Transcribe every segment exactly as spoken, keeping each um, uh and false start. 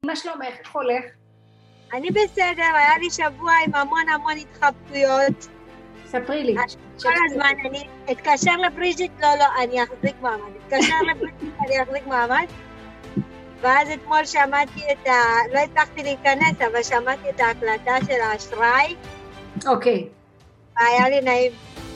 מה שלומך? איך הולך? אני בסדר, היה לי שבוע עם המון המון התחבטויות. ספרי לי. כל הזמן אני אתקשר לבריז'יט, לא, לא, אני אחזיק מעמד. אתקשר לבריז'יט, אני אחזיק מעמד. ואז אתמול שמעתי את ה... לא הצלחתי להיכנס, אבל שמעתי את ההקלטה של האשראי. אוקיי. והיה לי נעים.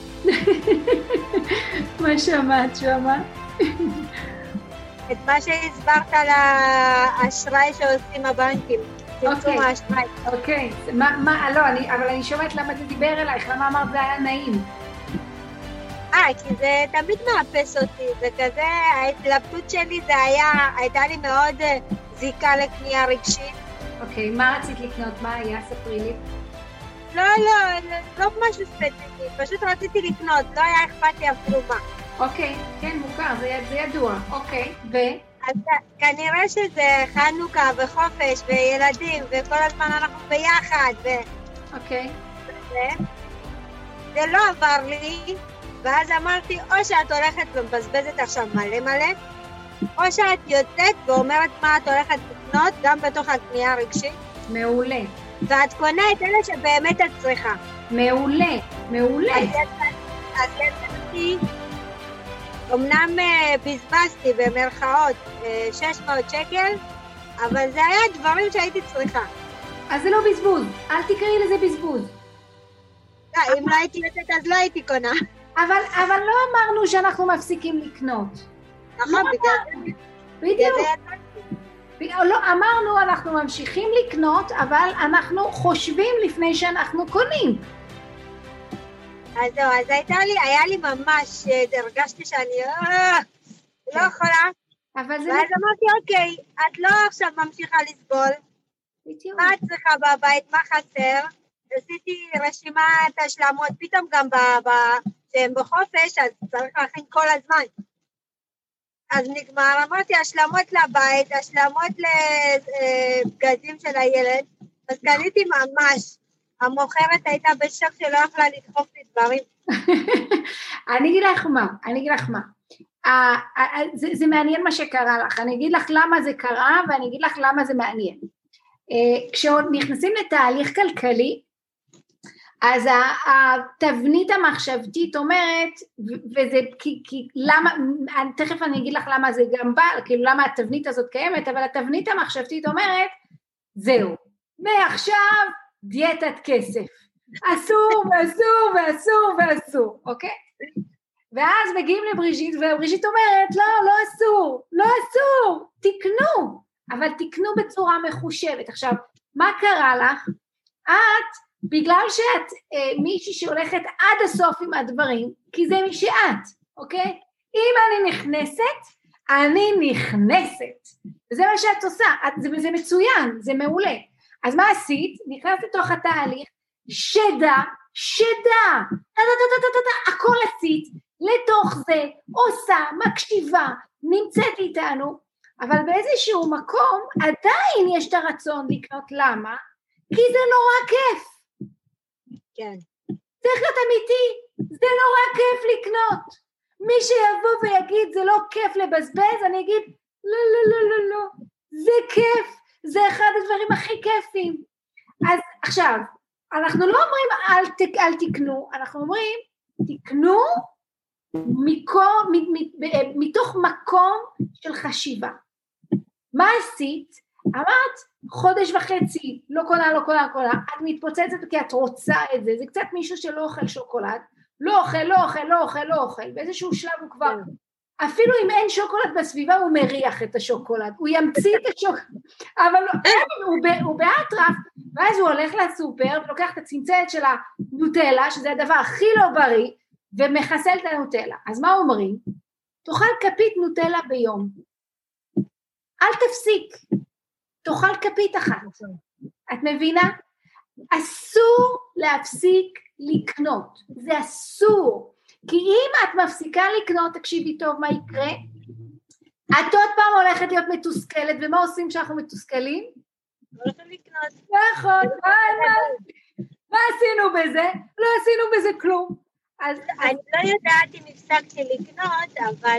מה שמעת, שמעת? את מה שהסברת על האשראי שעושים הבנקים. צמצום האשראי. אוקיי. מה, מה, לא, אני, אבל אני שומעת למה זה דיבר אלייך, למה אמרת זה היה נעים. אה, כי זה תמיד מאפס אותי, וכזה, ההתלבטות שלי זה היה, הייתה לי מאוד זיקה לקנייה רגשית. אוקיי, מה רצית לקנות? מה היה? ספרי לי. לא, לא, לא משהו ספציפי, פשוט רציתי לקנות, לא היה אכפת לי אפילו מה. אוקיי, כן, מוכר, זה, זה ידוע, אוקיי, ו? אז כנראה שזה חנוכה וחופש וילדים, וכל הזמן אנחנו ביחד, ו... אוקיי. וזה, זה לא עבר לי, ואז אמרתי, או שאת הולכת ומבזבזת עכשיו מלא מלא, או שאת יוצאת ואומרת מה את הולכת לקנות, גם בתוך הקנייה הרגשית. מעולה. ואת קונה את אלה שבאמת את צריכה. מעולה, מעולה. אז יצאתי, אמנם בזבזתי במרכאות שש מאות שקל, אבל זה היה דברים שהייתי צריכה. אז זה לא בזבוז, אל תקראי לזה בזבוז. לא, אם לא הייתי יוצאת אז לא הייתי קונה. אבל, אבל לא אמרנו שאנחנו מפסיקים לקנות. נכון, בגלל זה. בדיוק. לא, אמרנו אנחנו ממשיכים לקנות, אבל אנחנו חושבים לפני שאנחנו קונים. אז זהו, אז הייתה לי, היה לי ממש, הרגשתי שאני לא יכולה. אבל זה... ואז אמרתי, אוקיי, את לא עכשיו ממשיכה לסבול. בדיוק. מה את צריכה בבית, מה חסר? עשיתי רשימת השלמות, פתאום גם שהם בחופש, אז צריך להכין כל הזמן. אז נגמר, אמרתי, השלמות לבית, השלמות לבגדים של הילד, אז קניתי ממש. המוכרת הייתה בשוק שלא יכלה לדחוף לי דברים. אני אגיד לך מה, אני אגיד לך מה. זה, זה מעניין מה שקרה לך, אני אגיד לך למה זה קרה, ואני אגיד לך למה זה מעניין. כשעוד נכנסים לתהליך כלכלי, אז התבנית המחשבתית אומרת, וזה כי, כי למה, תכף אני אגיד לך למה זה גם בא, כאילו למה התבנית הזאת קיימת, אבל התבנית המחשבתית אומרת, זהו, מעכשיו דיאטת כסף, אסור ואסור ואסור ואסור, אוקיי? ואז מגיעים לבריז'יט, ובריז'יט אומרת, לא, לא אסור, לא אסור, תקנו, אבל תקנו בצורה מחושבת. עכשיו, מה קרה לך? את, בגלל שאת אה, מישהי שהולכת עד הסוף עם הדברים, כי זה מי שאת, אוקיי? אם אני נכנסת, אני נכנסת. וזה מה שאת עושה, את, זה, זה מצוין, זה מעולה. אז מה עשית? נכנסת לתוך התהליך, שדה, שדה, הכל עשית, לתוך זה, עושה, מקשיבה, נמצאת איתנו, אבל באיזשהו מקום עדיין יש את הרצון לקנות, למה? כי זה נורא כיף. כן. צריך להיות אמיתי, זה נורא כיף לקנות. מי שיבוא ויגיד זה לא כיף לבזבז, אני אגיד, לא, לא, לא, לא, לא, זה כיף, זה אחד הדברים הכי כיפים. אז עכשיו, אנחנו לא אומרים אל, ת, אל תקנו, אנחנו אומרים, תקנו מקום, מ, מ, מ, מתוך מקום של חשיבה. מה עשית? אמרת, חודש וחצי, לא קונה, לא קונה, לא קונה, את מתפוצצת כי את רוצה את זה, זה קצת מישהו שלא אוכל שוקולד, לא אוכל, לא אוכל, לא אוכל, לא אוכל, באיזשהו שלב הוא כבר, אפילו אם אין שוקולד בסביבה, הוא מריח את השוקולד, הוא ימציא את השוקולד, אבל הוא, הוא באטרף, ואז הוא הולך לסופר, ולוקח את הצנצנת של הנוטלה, שזה הדבר הכי לא בריא, ומחסל את הנוטלה. אז מה אומרים? תאכל כפית נוטלה ביום, אל תפסיק, תאכל כפית אחת, את מבינה? אסור להפסיק לקנות, זה אסור, כי אם את מפסיקה לקנות, תקשיבי טוב מה יקרה, את עוד פעם הולכת להיות מתוסכלת, ומה עושים כשאנחנו מתוסכלים? הולכים לקנות. נכון, מה, מה, מה עשינו בזה? לא עשינו בזה כלום, אז אני לא יודעת אם הפסקתי לקנות, אבל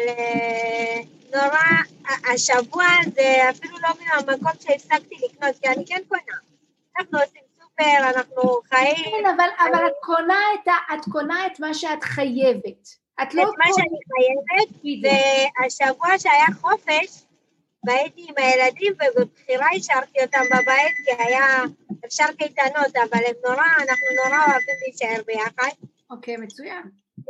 נורא, השבוע זה אפילו לא מהמקום שהפסקתי לקנות, כי אני כן קונה. אנחנו עושים סופר, אנחנו חיים. כן, אבל, אבל את קונה את, את קונה את מה שאת חייבת. את לא את מה שאני חייבת, והשבוע שהיה חופש, והייתי עם הילדים, ובבחירה השארתי אותם בבית, כי היה אפשר קייטנות, אבל הם נורא, אנחנו נורא אוהבים להישאר ביחד. אוקיי, מצוין.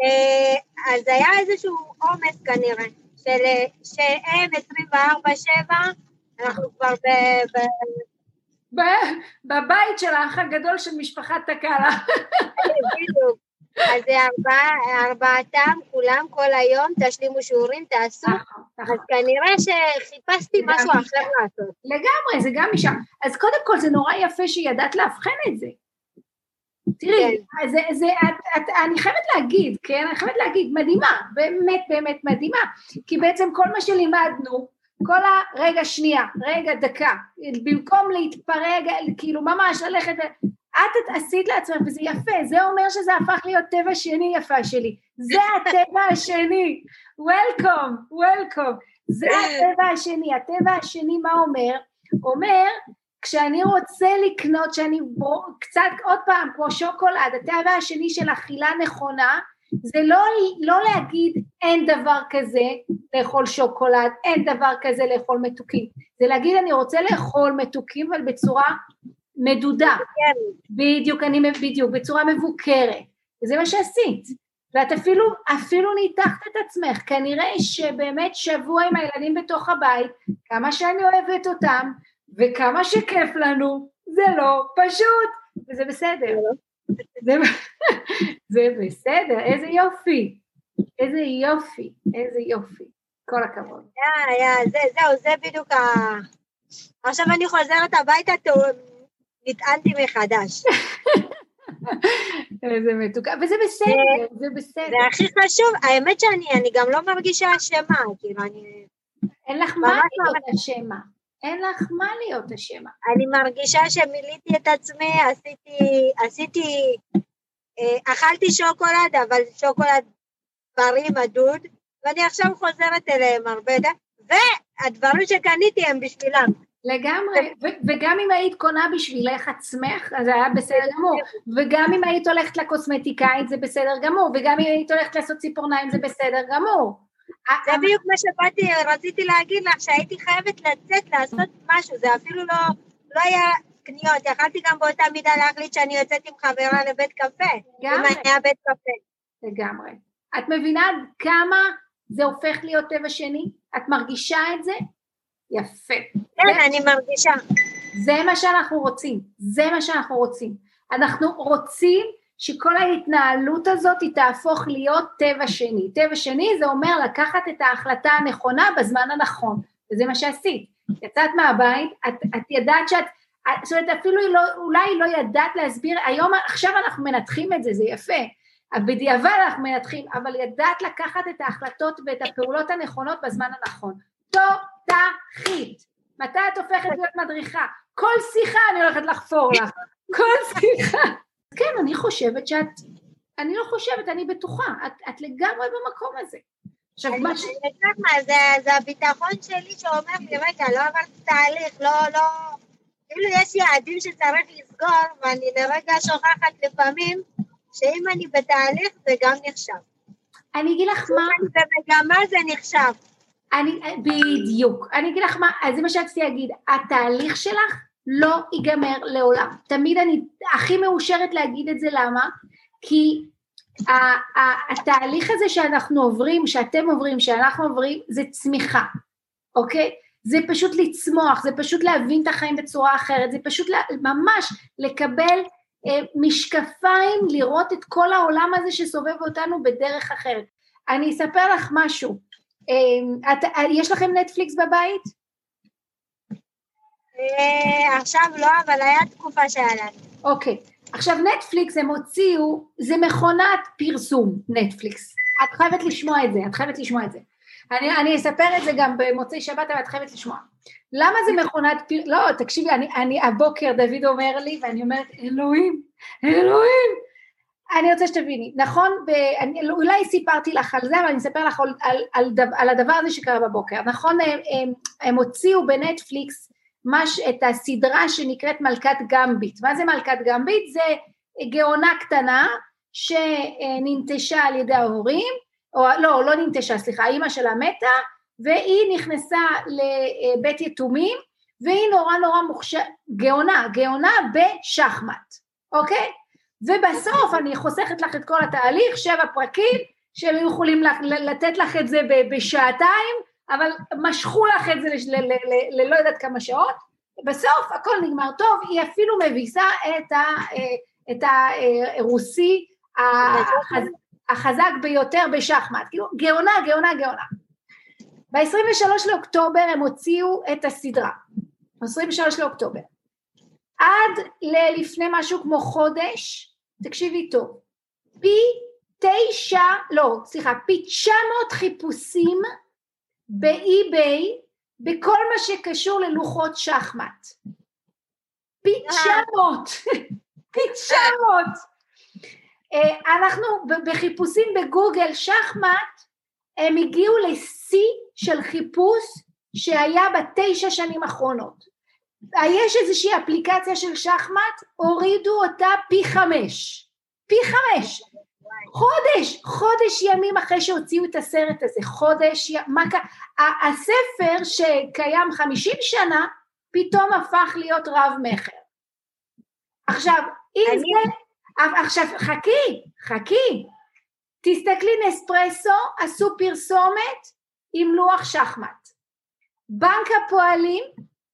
אז היה איזשהו עומס כנראה, של, שהם עשרים וארבע שבע, אנחנו כבר ב... ב... בבית של האח הגדול של משפחת תקלה. בדיוק. אז ארבע, ארבעתם, כולם כל היום, תשלימו שיעורים, תעשו, אז כנראה שחיפשתי משהו אחר לעשות. לגמרי, זה גם משם. אז קודם כל זה נורא יפה שידעת להבחן את זה. תראי, זה, זה, את, את, אני חייבת להגיד, כן? אני חייבת להגיד, מדהימה, באמת באמת מדהימה, כי בעצם כל מה שלימדנו, כל הרגע שנייה, רגע דקה, במקום להתפרג, כאילו ממש ללכת, את עשית לעצמך, וזה יפה, זה אומר שזה הפך להיות טבע שני יפה שלי, זה הטבע השני, וולקום, וולקום, זה הטבע השני, הטבע השני מה אומר? אומר, כשאני רוצה לקנות, שאני בור, קצת עוד פעם, כמו שוקולד, הטבע השני של אכילה נכונה, זה לא, לא להגיד אין דבר כזה לאכול שוקולד, אין דבר כזה לאכול מתוקים, זה להגיד אני רוצה לאכול מתוקים, אבל בצורה מדודה, בדיוק, אני בדיוק, בצורה מבוקרת, וזה מה שעשית, ואת אפילו, אפילו ניתחת את עצמך, כנראה שבאמת שבוע עם הילדים בתוך הבית, כמה שאני אוהבת אותם, וכמה שכיף לנו, זה לא פשוט, וזה בסדר. זה, זה בסדר, איזה יופי, איזה יופי, איזה יופי, כל הכבוד. יא, יא, זה, זהו, זה בדיוק ה... עכשיו אני חוזרת הביתה, נטענתי מחדש. זה מתוקה, וזה בסדר, זה בסדר. זה הכי חשוב, האמת שאני אני גם לא מרגישה אשמה, כאילו אני... אין לך מה להיות אשמה. אין לך מה להיות אשמה. אני מרגישה שמיליתי את עצמי, עשיתי, עשיתי, אה, אכלתי שוקולד, אבל שוקולד בריא מדוד, ואני עכשיו חוזרת אליהם הרבה, והדברים שקניתי הם בשבילם. לגמרי, ו- וגם אם היית קונה בשבילך עצמך, אז זה היה בסדר גמור, וגם אם היית הולכת לקוסמטיקאית זה בסדר גמור, וגם אם היית הולכת לעשות ציפורניים זה בסדר גמור. זה בדיוק מה שבאתי, רציתי להגיד לך שהייתי חייבת לצאת לעשות משהו, זה אפילו לא, לא היה קניות, יכלתי גם באותה מידה להחליט שאני יוצאת עם חברה לבית קפה, אם היה בית קפה. לגמרי. את מבינה כמה זה הופך להיות טבע שני? את מרגישה את זה? יפה. כן, אני מרגישה. זה מה שאנחנו רוצים, זה מה שאנחנו רוצים. אנחנו רוצים שכל ההתנהלות הזאת היא תהפוך להיות טבע שני. טבע שני זה אומר לקחת את ההחלטה הנכונה בזמן הנכון, וזה מה שעשית. יצאת מהבית, את, את ידעת שאת, זאת אומרת אפילו לא, אולי לא ידעת להסביר, היום, עכשיו אנחנו מנתחים את זה, זה יפה, בדיעבד אנחנו מנתחים, אבל ידעת לקחת את ההחלטות ואת הפעולות הנכונות בזמן הנכון. תותחית. מתי את הופכת להיות מדריכה? כל שיחה אני הולכת לחפור לך. כל שיחה. כן, אני חושבת שאת, אני לא חושבת, אני בטוחה, את, את לגמרי במקום הזה. עכשיו, מה ש... זה הביטחון שלי שאומר לי, רגע, לא עברת תהליך, לא, לא, כאילו יש יעדים שצריך לסגור, ואני לרגע שוכחת לפעמים, שאם אני בתהליך זה גם נחשב. אני אגיד לך מה... אם אני במגמה זה נחשב. אני, בדיוק, אני אגיד לך מה, זה מה שרציתי להגיד, התהליך שלך לא ייגמר לעולם, תמיד אני הכי מאושרת להגיד את זה, למה? כי התהליך הזה שאנחנו עוברים, שאתם עוברים, שאנחנו עוברים, זה צמיחה, אוקיי? זה פשוט לצמוח, זה פשוט להבין את החיים בצורה אחרת, זה פשוט ממש לקבל משקפיים, לראות את כל העולם הזה שסובב אותנו בדרך אחרת. אני אספר לך משהו, את, יש לכם נטפליקס בבית? עכשיו לא, אבל היה תקופה שהיה לנו. אוקיי, עכשיו נטפליקס הם הוציאו, זה מכונת פרסום, נטפליקס. את חייבת לשמוע את זה, את חייבת לשמוע את זה. אני, אני אספר את זה גם במוצאי שבת, אבל את חייבת לשמוע. למה זה מכונת פרסום? לא, תקשיבי, אני, אני הבוקר דוד אומר לי, ואני אומרת, אלוהים, אלוהים, אני רוצה שתביני, נכון, אני, אולי סיפרתי לך על זה, אבל אני אספר לך על, על, על, על הדבר הזה שקרה בבוקר, נכון, הם, הם, הם הוציאו בנטפליקס מש, את הסדרה שנקראת מלכת גמביט. מה זה מלכת גמביט? זה גאונה קטנה שננטשה על ידי ההורים, או לא, לא ננטשה, סליחה, האמא שלה מתה, והיא נכנסה לבית יתומים, והיא נורא נורא מוכשר, גאונה, גאונה בשחמט, אוקיי? ובסוף אני חוסכת לך את כל התהליך, שבע פרקים, שהם יכולים לתת לך את זה בשעתיים, אבל משכו לך את זה ללא יודעת כמה שעות, בסוף הכל נגמר טוב, היא אפילו מביסה את הרוסי החזק ביותר בשחמט, כאילו גאונה, גאונה, גאונה. ב-עשרים ושלושה לאוקטובר הם הוציאו את הסדרה, עשרים ושלושה לאוקטובר, עד לפני משהו כמו חודש, תקשיבי טוב, פי תשע, לא, סליחה, פי תשע מאות חיפושים באי-ביי, בכל מה שקשור ללוחות שחמט. פי תשע מאות, פי תשע מאות. אנחנו בחיפושים בגוגל שחמט, הם הגיעו לשיא של חיפוש שהיה בתשע שנים האחרונות. יש איזושהי אפליקציה של שחמט, הורידו אותה פי חמש, פי חמש, חודש, חודש ימים אחרי שהוציאו את הסרט הזה, חודש, מה, הספר שקיים חמישים שנה, פתאום הפך להיות רב מחר. עכשיו, אם אני... זה, עכשיו, חכי, חכי, תסתכלי נספרסו, עשו פרסומת עם לוח שחמט. בנק הפועלים,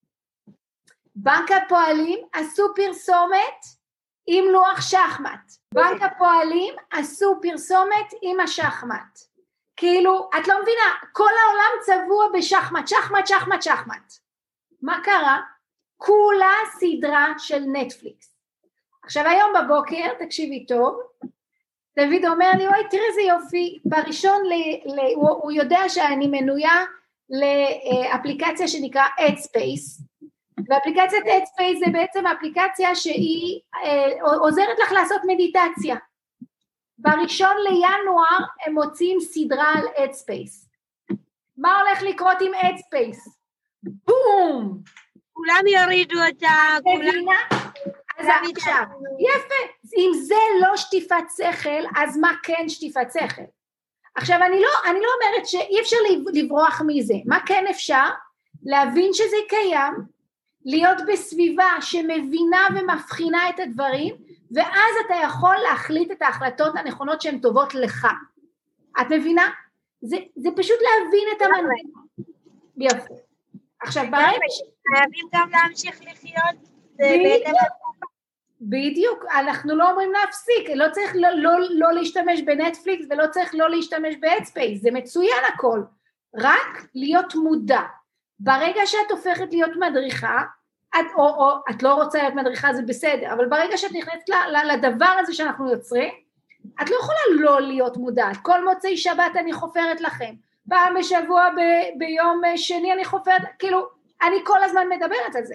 בנק הפועלים עשו פרסומת עם לוח שחמט. בנק הפועלים עשו פרסומת עם השחמט. כאילו, את לא מבינה, כל העולם צבוע בשחמט, שחמט, שחמט, שחמט. מה קרה? כולה סדרה של נטפליקס. עכשיו היום בבוקר, תקשיבי טוב, דוד אומר לי, אוי, תראה איזה יופי, בראשון, ל, ל, הוא, הוא יודע שאני מנויה לאפליקציה שנקרא Headspace, ואפליקציית Headspace זה בעצם אפליקציה שהיא אה, עוזרת לך לעשות מדיטציה. בראשון לינואר הם מוציאים סדרה על Headspace. מה הולך לקרות עם Headspace? בום! כולם יורידו אותה, כולם... אז עכשיו, יפה, אם זה לא שטיפת שכל, אז מה כן שטיפת שכל? עכשיו, אני לא, אני לא אומרת שאי אפשר לברוח מזה, מה כן אפשר? להבין שזה קיים, להיות בסביבה שמבינה ומבחינה את הדברים, ואז אתה יכול להחליט את ההחלטות הנכונות שהן טובות לך. את מבינה? זה, זה פשוט להבין את המנגנון. יפה. עכשיו, ברגע... חייבים גם להמשיך לחיות. בדיוק, בדיוק, אנחנו לא אומרים להפסיק, לא צריך לא, לא, לא להשתמש בנטפליקס, ולא צריך לא להשתמש בהדספייס, זה מצוין הכל, רק להיות מודע. ברגע שאת הופכת להיות מדריכה, את, או, או את לא רוצה להיות מדריכה, זה בסדר, אבל ברגע שאת נכנסת לדבר הזה שאנחנו יוצרים, את לא יכולה לא להיות מודעת. כל מוצאי שבת אני חופרת לכם, פעם בשבוע ב, ביום שני אני חופרת, כאילו, אני כל הזמן מדברת על זה.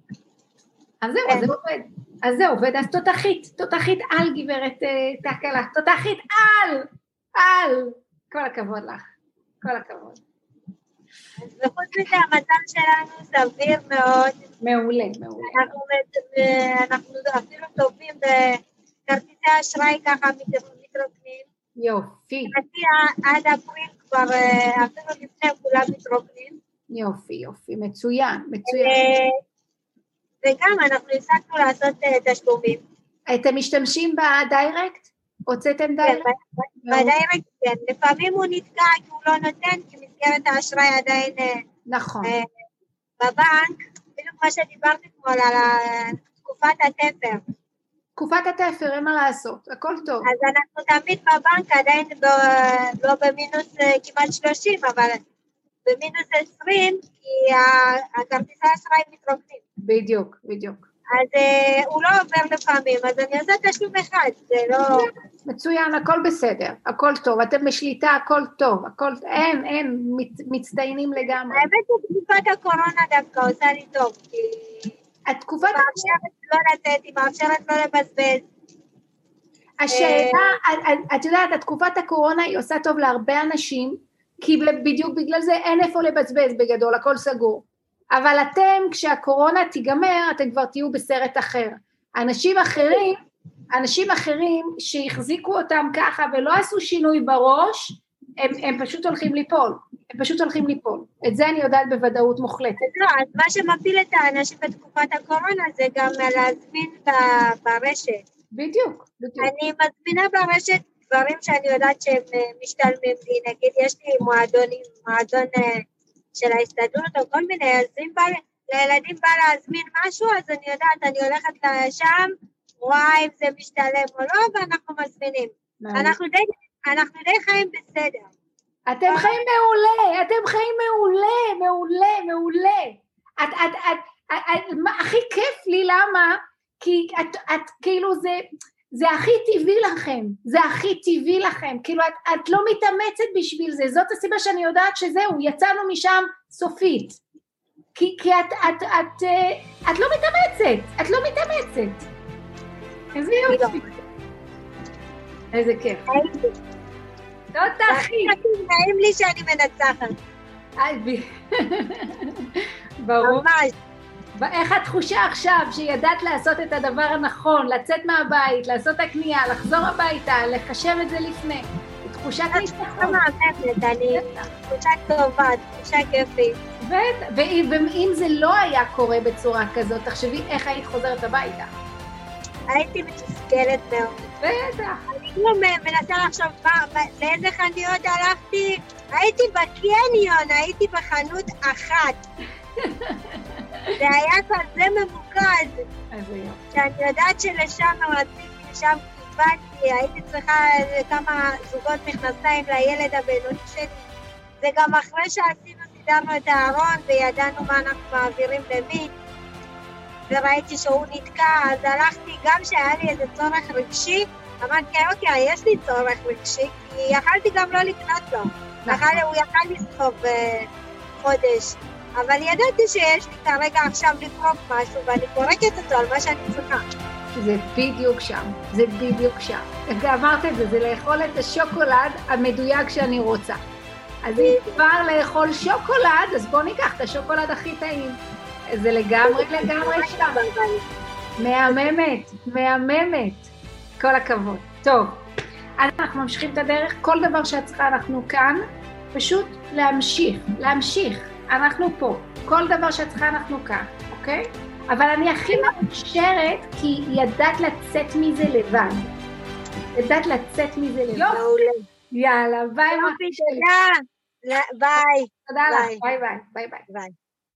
אז זהו, אז זה עובד. אז זה עובד, אז תותחית, תותחית על גברת תקלה, תותחית על, על. כל הכבוד לך, כל הכבוד. אז בחוץ מזה המצב שלנו סביר מאוד. מעולה, מעולה. אנחנו, אנחנו אפילו טובים בכרטיסי אשראי ככה מתרוקנים. יופי. עד אפריל כבר אפילו לפני כולם מתרוקנים. יופי, יופי, מצוין, מצוין. וגם אנחנו הפסקנו לעשות תשלומים. אתם משתמשים בדיירקט? הוצאתם דיירקט? בדיירקט, כן. לפעמים הוא נתקע כי הוא לא נותן, כי מסגרת האשראי עדיין... נכון. בבנק, בדיוק מה שדיברתי כבר על תקופת התפר. תקופת התפר, אין מה לעשות, הכל טוב. אז אנחנו תמיד בבנק עדיין לא במינוס כמעט שלושים, אבל במינוס עשרים, כי הכרטיסי האשראי מתרוקנים. בדיוק, בדיוק. אז uh, הוא לא עובר לפעמים, אז אני עושה תשלום אחד, זה לא... מצוין, הכל בסדר, הכל טוב, אתם בשליטה, הכל טוב, הכל, אין, אין, מת, מצטיינים לגמרי. האמת היא, תקופת הקורונה דווקא עושה לי טוב, כי... התקופת... היא מאפשרת לא לתת, היא מאפשרת לא לבזבז. השאלה, את יודעת, התקופת הקורונה היא עושה טוב להרבה אנשים, כי בדיוק בגלל זה אין איפה לבזבז בגדול, הכל סגור. אבל אתם, כשהקורונה תיגמר, אתם כבר תהיו בסרט אחר. אנשים אחרים, אנשים אחרים שהחזיקו אותם ככה ולא עשו שינוי בראש, הם, הם פשוט הולכים ליפול. הם פשוט הולכים ליפול. את זה אני יודעת בוודאות מוחלטת. לא, אז מה שמפיל את האנשים בתקופת הקורונה זה גם להזמין ברשת. בדיוק, בדיוק. אני מזמינה ברשת דברים שאני יודעת שהם משתלמים לי. נגיד, יש לי מועדונים, מועדון של ההסתדרות או כל מיני, אז אם בא, לילדים בא להזמין משהו, אז אני יודעת, אני הולכת לשם, וואי, אם זה משתלם או לא, ואנחנו מזמינים. אנחנו די, אנחנו די חיים בסדר. אתם חיים מעולה, אתם חיים מעולה, מעולה, מעולה. את, את, את, את, את, הכי כיף לי, למה? כי את, את כאילו זה, זה הכי טבעי לכם, זה הכי טבעי לכם, כאילו את, את לא מתאמצת בשביל זה, זאת הסיבה שאני יודעת שזהו, יצאנו משם סופית. כי, כי את, את, את, את, את לא מתאמצת, את לא מתאמצת. איזה יופי. איזה כיף. תותחי. נעים לי שאני מנצחת. ברור. ממש. איך התחושה עכשיו שידעת לעשות את הדבר הנכון, לצאת מהבית, לעשות את הקנייה, לחזור הביתה, לחשב את זה לפני? תחושת ניצחון. אני תחושה טובה, תחושה כיפית. ואם זה לא היה קורה בצורה כזאת, תחשבי איך היית חוזרת הביתה. הייתי מתוסכלת מאוד. בטח. אני לא מנסה לחשוב לאיזה חנויות הלכתי, הייתי בקניון, הייתי בחנות אחת. זה היה כזה ממוקד, שאני יודעת שלשם רציתי, לשם קיבלתי, הייתי צריכה כמה זוגות מכנסיים לילד הבינוני שלי, זה גם אחרי שעשינו, סידרנו את הארון וידענו מה אנחנו מעבירים למי, וראיתי שהוא נתקע, אז הלכתי, גם שהיה לי איזה צורך רגשי, אמרתי, אוקיי, יש לי צורך רגשי, כי יכלתי גם לא לקנות לו, הוא יכל לסחוב חודש, אבל ידעתי שיש לי כרגע עכשיו לפרוק משהו, ואני פורקת אותו על מה שאני צריכה. זה בדיוק שם, זה בדיוק שם. אמרת את זה, זה לאכול את השוקולד המדויק שאני רוצה. אז אם כבר לאכול שוקולד, אז בוא ניקח את השוקולד הכי טעים. זה לגמרי, לגמרי שם. מהממת, מהממת. כל הכבוד. טוב, אז אנחנו ממשיכים את הדרך. כל דבר שאת צריכה, אנחנו כאן. פשוט להמשיך, להמשיך. אנחנו פה. כל דבר שאת צריכה, אנחנו כאן, אוקיי? אבל אני הכי מאושרת, כי ידעת לצאת מזה לבד. ידעת לצאת מזה לבד. יופי. יאללה, ביי. יופי, תודה. ביי. תודה לך, ביי ביי. ביי ביי.